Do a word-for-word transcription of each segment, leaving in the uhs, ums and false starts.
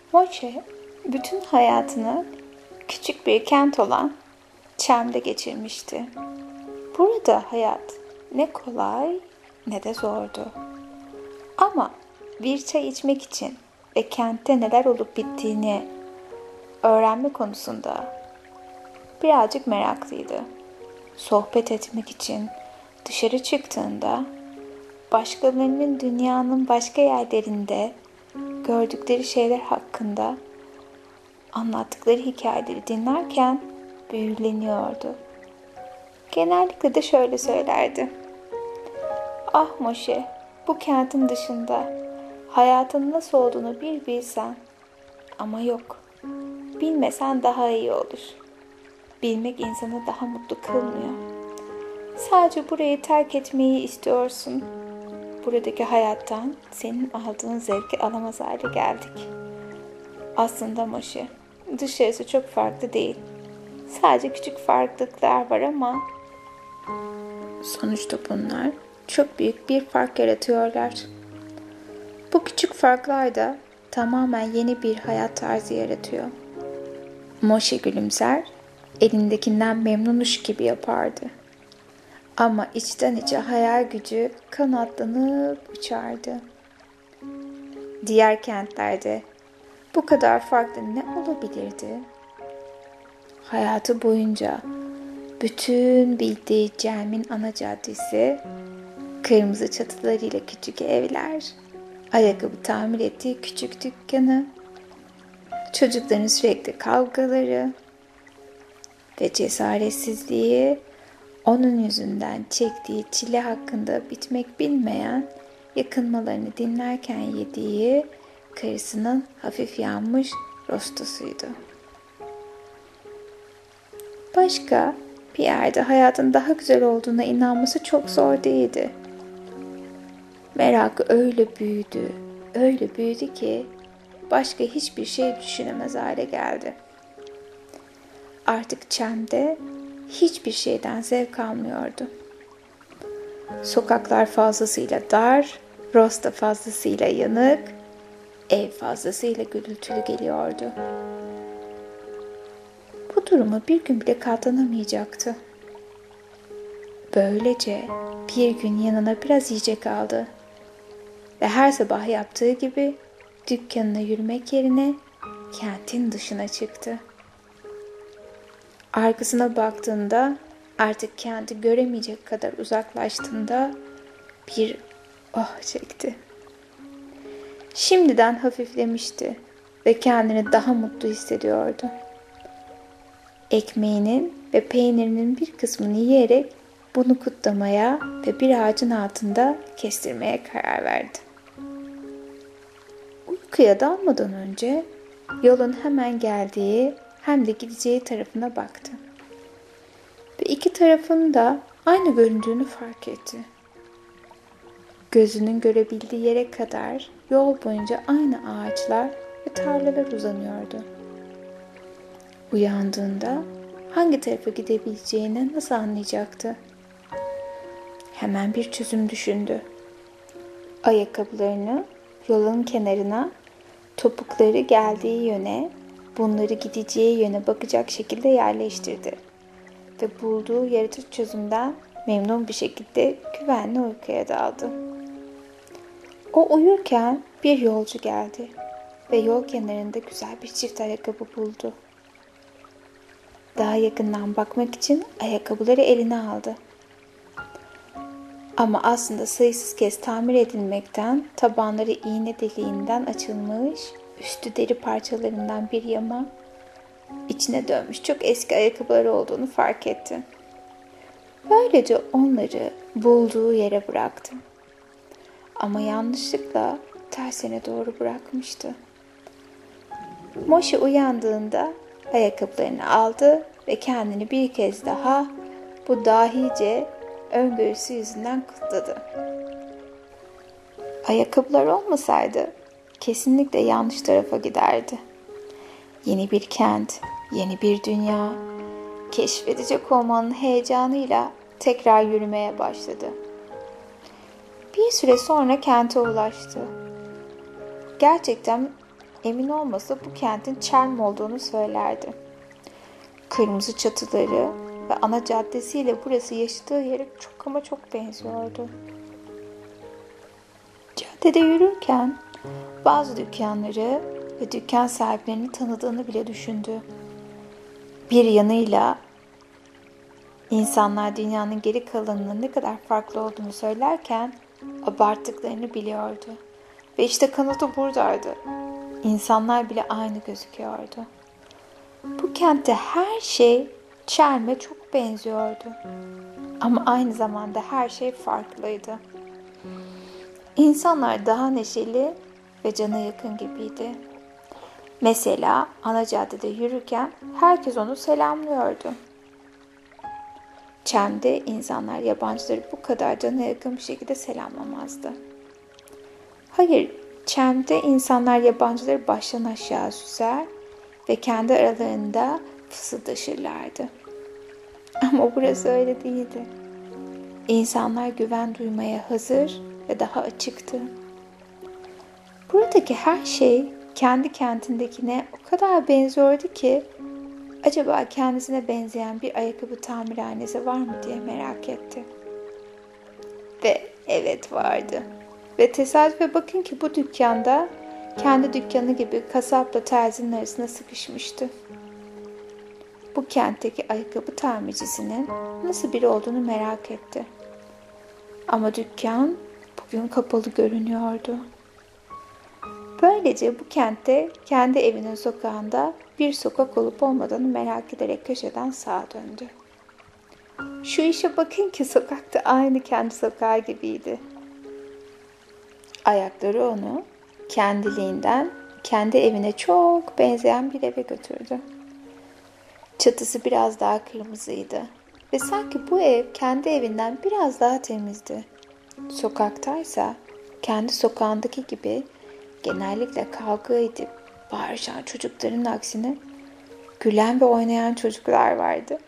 Moche bütün hayatını küçük bir kent olan Çem'de geçirmişti. Burada hayat ne kolay ne de zordu. Ama bir çay içmek için ve kentte neler olup bittiğini öğrenme konusunda birazcık meraklıydı. Sohbet etmek için dışarı çıktığında başkalarının dünyanın başka yerlerinde gördükleri şeyler hakkında anlattıkları hikayeleri dinlerken büyüleniyordu. Genellikle de şöyle söylerdi. Ah Moşe, bu kentin dışında hayatın nasıl olduğunu bir bilsen. Ama yok, bilmesen daha iyi olur. Bilmek insanı daha mutlu kılmıyor. Sadece burayı terk etmeyi istiyorsun. Buradaki hayattan senin aldığın zevki alamaz hale geldik. Aslında Moşe, dışarısı çok farklı değil. Sadece küçük farklılıklar var ama sonuçta bunlar çok büyük bir fark yaratıyorlar. Bu küçük farklar da tamamen yeni bir hayat tarzı yaratıyor. Moşe gülümser, elindekinden memnunuş gibi yapardı. Ama içten içe hayal gücü kanatlanıp uçardı. Diğer kentlerde bu kadar farklı ne olabilirdi? Hayatı boyunca bütün bildiği Cem'in ana caddesi, kırmızı çatılarıyla küçük evler, ayakkabı tamir ettiği küçük dükkanı, çocukların sürekli kavgaları ve cesaretsizliği, onun yüzünden çektiği çile hakkında bitmek bilmeyen yakınmalarını dinlerken yediği karısının hafif yanmış rostosuydu. Başka bir yerde hayatın daha güzel olduğuna inanması çok zor değildi. Merakı öyle büyüdü, öyle büyüdü ki başka hiçbir şey düşünemez hale geldi. Artık Çem'de hiçbir şeyden zevk almıyordu. Sokaklar fazlasıyla dar, rosta fazlasıyla yanık, ev fazlasıyla gürültülü geliyordu. Bu duruma bir gün bile katlanamayacaktı. Böylece bir gün yanına biraz yiyecek aldı ve her sabah yaptığı gibi dükkanına yürümek yerine kentin dışına çıktı. Arkasına baktığında artık kenti göremeyecek kadar uzaklaştığında bir oh çekti. Şimdiden hafiflemişti ve kendini daha mutlu hissediyordu. Ekmeğinin ve peynirinin bir kısmını yiyerek bunu kutlamaya ve bir ağacın altında kestirmeye karar verdi. Uykuya dalmadan önce yolun hemen geldiği hem de gideceği tarafına baktı. Ve iki tarafın da aynı göründüğünü fark etti. Gözünün görebildiği yere kadar yol boyunca aynı ağaçlar ve tarlalar uzanıyordu. Uyandığında hangi tarafa gidebileceğini nasıl anlayacaktı? Hemen bir çözüm düşündü. Ayakkabılarını yolun kenarına, topukları geldiği yöne, bunları gideceği yöne bakacak şekilde yerleştirdi. Ve bulduğu yaratıcı çözümden memnun bir şekilde güvenli uykuya daldı. O uyurken bir yolcu geldi ve yol kenarında güzel bir çift ayakkabı buldu. Daha yakından bakmak için ayakkabıları eline aldı. Ama aslında sayısız kez tamir edilmekten, tabanları iğne deliğinden açılmış, üstü deri parçalarından bir yama, içine dönmüş çok eski ayakkabıları olduğunu fark etti. Böylece onları bulduğu yere bıraktı. Ama yanlışlıkla tersine doğru bırakmıştı. Moşe uyandığında ayakkabılarını aldı ve kendini bir kez daha bu dahice öngörüsü yüzünden kutladı. Ayakkabılar olmasaydı kesinlikle yanlış tarafa giderdi. Yeni bir kent, yeni bir dünya, keşfedecek olmanın heyecanıyla tekrar yürümeye başladı. Bir süre sonra kente ulaştı. Gerçekten emin olmasa bu kentin Çelm olduğunu söylerdi. Kırmızı çatıları ve ana caddesiyle burası yaşadığı yere çok ama çok benziyordu. Caddede yürürken bazı dükkanları ve dükkan sahiplerini tanıdığını bile düşündü. Bir yanıyla insanlar dünyanın geri kalanının ne kadar farklı olduğunu söylerken abarttıklarını biliyordu. Ve işte kanıtı buradaydı. İnsanlar bile aynı gözüküyordu. Bu kentte her şey Çelm'e çok benziyordu. Ama aynı zamanda her şey farklıydı. İnsanlar daha neşeli ve cana yakın gibiydi. Mesela ana caddede yürürken herkes onu selamlıyordu. Çelm'de insanlar yabancıları bu kadar cana yakın bir şekilde selamlamazdı. Hayır, Çelm'de insanlar yabancıları baştan aşağı süzer ve kendi aralarında fısıldaşırlardı. Ama burası öyle değildi. İnsanlar güven duymaya hazır ve daha açıktı. Buradaki her şey kendi kentindekine o kadar benziyordu ki acaba kendisine benzeyen bir ayakkabı tamirhanesi var mı diye merak etti. Ve evet vardı. Ve tesadüfe bakın ki bu dükkanda kendi dükkanı gibi kasapla terzinin arasına sıkışmıştı. Bu kentteki ayakkabı tamircisinin nasıl biri olduğunu merak etti. Ama dükkan bugün kapalı görünüyordu. Böylece bu kentte kendi evinin sokağında bir sokak olup olmadığını merak ederek köşeden sağa döndü. Şu işe bakın ki sokakta aynı kendi sokağı gibiydi. Ayakları onu kendiliğinden kendi evine çok benzeyen bir eve götürdü. Çatısı biraz daha kırmızıydı ve sanki bu ev kendi evinden biraz daha temizdi. Sokaktaysa kendi sokağındaki gibi genellikle kavga edip bağırışan çocukların aksine gülen ve oynayan çocuklar vardı.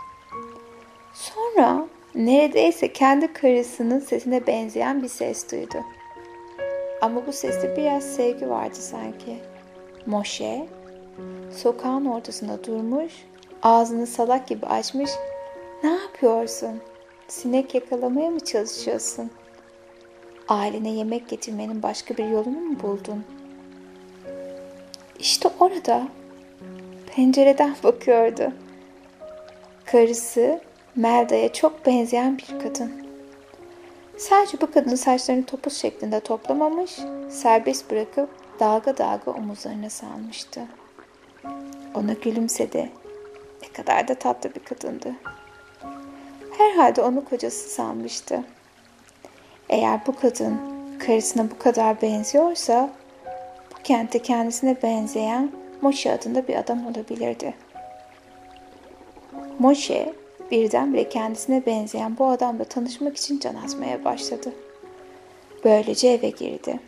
Sonra neredeyse kendi karısının sesine benzeyen bir ses duydu. Ama bu seste biraz sevgi vardı sanki. Moşe sokağın ortasında durmuş, ağzını salak gibi açmış. "Ne yapıyorsun? Sinek yakalamaya mı çalışıyorsun? Ailene yemek getirmenin başka bir yolunu mu buldun?" İşte orada pencereden bakıyordu. Karısı Melda'ya çok benzeyen bir kadın. Sadece bu kadın saçlarını topuz şeklinde toplamamış, serbest bırakıp dalga dalga omuzlarına salmıştı. Ona gülümsedi. Ne kadar da tatlı bir kadındı. Herhalde onu kocası sanmıştı. Eğer bu kadın karısına bu kadar benziyorsa, bu kentte kendisine benzeyen Moşe adında bir adam olabilirdi. Moşe birdenbire kendisine benzeyen bu adamla tanışmak için can atmaya başladı. Böylece eve girdi.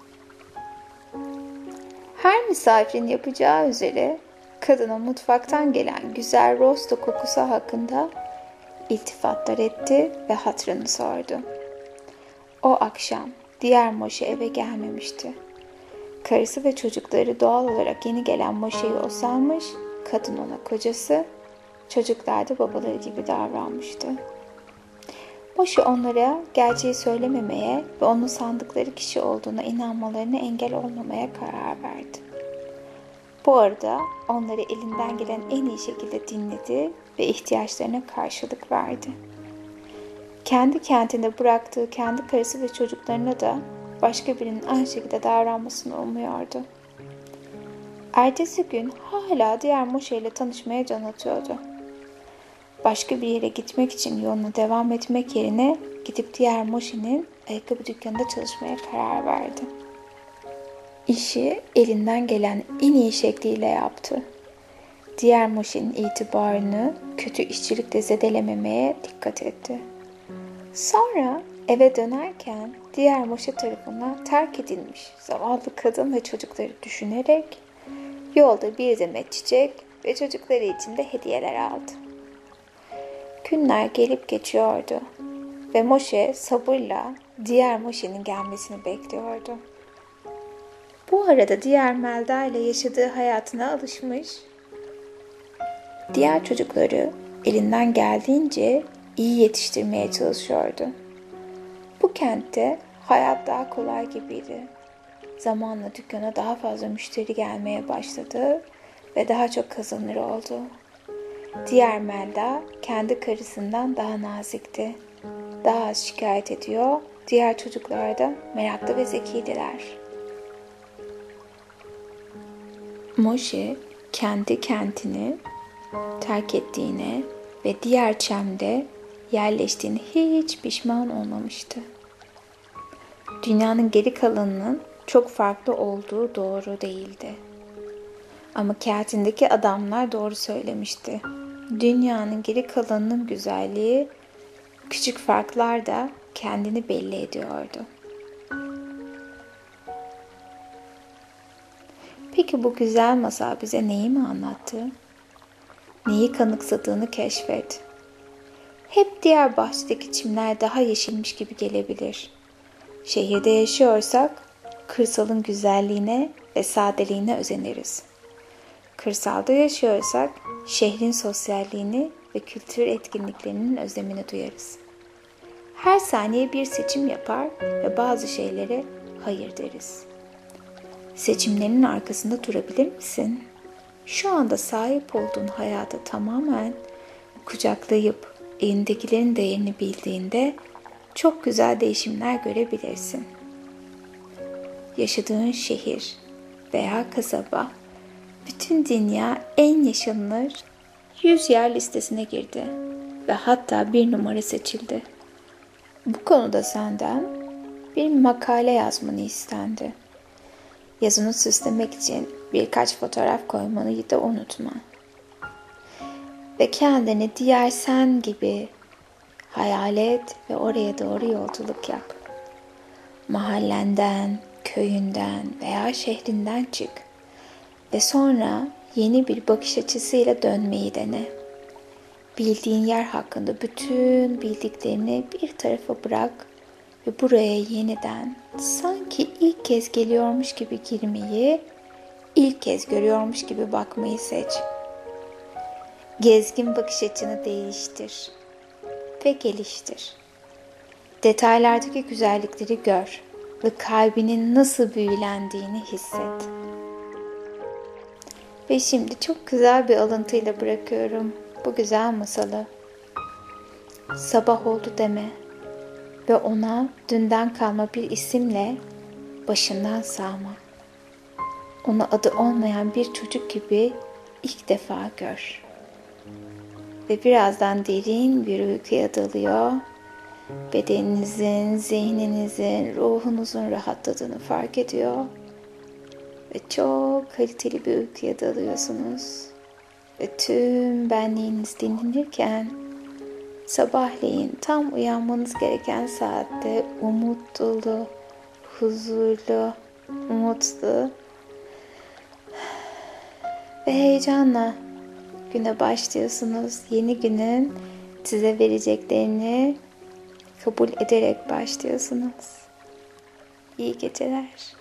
Her misafirin yapacağı üzere kadına mutfaktan gelen güzel rosto kokusu hakkında iltifatlar etti ve hatırını sordu. O akşam diğer Moşe eve gelmemişti. Karısı ve çocukları doğal olarak yeni gelen Moşe'yi o salmış, kadın ona kocası, çocuklar da babaları gibi davranmıştı. Moşe onlara gerçeği söylememeye ve onu sandıkları kişi olduğuna inanmalarına engel olmamaya karar verdi. Bu arada onları elinden gelen en iyi şekilde dinledi ve ihtiyaçlarına karşılık verdi. Kendi kentinde bıraktığı kendi karısı ve çocuklarına da başka birinin aynı şekilde davranmasını umuyordu. Ertesi gün hala diğer Moşe ile tanışmaya can atıyordu. Başka bir yere gitmek için yoluna devam etmek yerine gidip diğer Moşe'nin ayakkabı dükkanında çalışmaya karar verdi. İşi elinden gelen en iyi şekliyle yaptı. Diğer Moşe'nin itibarını kötü işçilikle zedelememeye dikkat etti. Sonra eve dönerken diğer Moşe tarafından terk edilmiş zavallı kadın ve çocukları düşünerek yolda bir demet çiçek ve çocukları için de hediyeler aldı. Günler gelip geçiyordu ve Moşe sabırla diğer Moşe'nin gelmesini bekliyordu. Bu arada diğer Melda ile yaşadığı hayatına alışmış. Diğer çocukları elinden geldiğince iyi yetiştirmeye çalışıyordu. Bu kentte hayat daha kolay gibiydi. Zamanla dükkana daha fazla müşteri gelmeye başladı ve daha çok kazanır oldu. Diğer Melda kendi karısından daha nazikti. Daha az şikayet ediyor, diğer çocuklar da meraklı ve zekiydiler. Moshe kendi kentini terk ettiğine ve diğer çemde yerleştiğine hiç pişman olmamıştı. Dünyanın geri kalanının çok farklı olduğu doğru değildi. Ama kentindeki adamlar doğru söylemişti. Dünyanın geri kalanının güzelliği, küçük farklar da kendini belli ediyordu. Peki bu güzel masal bize neyi mi anlattı? Neyi kanıksadığını keşfet. Hep diğer bahçedeki çimler daha yeşilmiş gibi gelebilir. Şehirde yaşıyorsak kırsalın güzelliğine ve sadeliğine özeniriz. Kırsalda yaşıyorsak şehrin sosyalliğini ve kültür etkinliklerinin özlemini duyarız. Her saniye bir seçim yapar ve bazı şeylere hayır deriz. Seçimlerinin arkasında durabilir misin? Şu anda sahip olduğun hayata tamamen kucaklayıp elindekilerin değerini bildiğinde çok güzel değişimler görebilirsin. Yaşadığın şehir veya kasaba, bütün dünya en yaşanılır yüz yer listesine girdi ve hatta bir numara seçildi. Bu konuda senden bir makale yazmanı istendi. Yazını süslemek için birkaç fotoğraf koymanı da unutma. Ve kendini diğer sen gibi hayal et ve oraya doğru yolculuk yap. Mahallenden, köyünden veya şehrinden çık. Ve sonra yeni bir bakış açısıyla dönmeyi dene. Bildiğin yer hakkında bütün bildiklerini bir tarafa bırak ve buraya yeniden sanki ilk kez geliyormuş gibi girmeyi, ilk kez görüyormuş gibi bakmayı seç. Gezgin bakış açını değiştir ve geliştir. Detaylardaki güzellikleri gör ve kalbinin nasıl büyülendiğini hisset. Ve şimdi çok güzel bir alıntıyla bırakıyorum bu güzel masalı. Sabah oldu deme ve ona dünden kalma bir isimle başından sağma. Onu adı olmayan bir çocuk gibi ilk defa gör. Ve birazdan derin bir uykuya dalıyor. Bedeninizin, zihninizin, ruhunuzun rahatladığını fark ediyor. Ve çok kaliteli bir uykuya dalıyorsunuz. Ve tüm benliğiniz dinlenirken sabahleyin tam uyanmanız gereken saatte umut dolu, huzurlu, mutlu ve heyecanla güne başlıyorsunuz. Yeni günün size vereceklerini kabul ederek başlıyorsunuz. İyi geceler.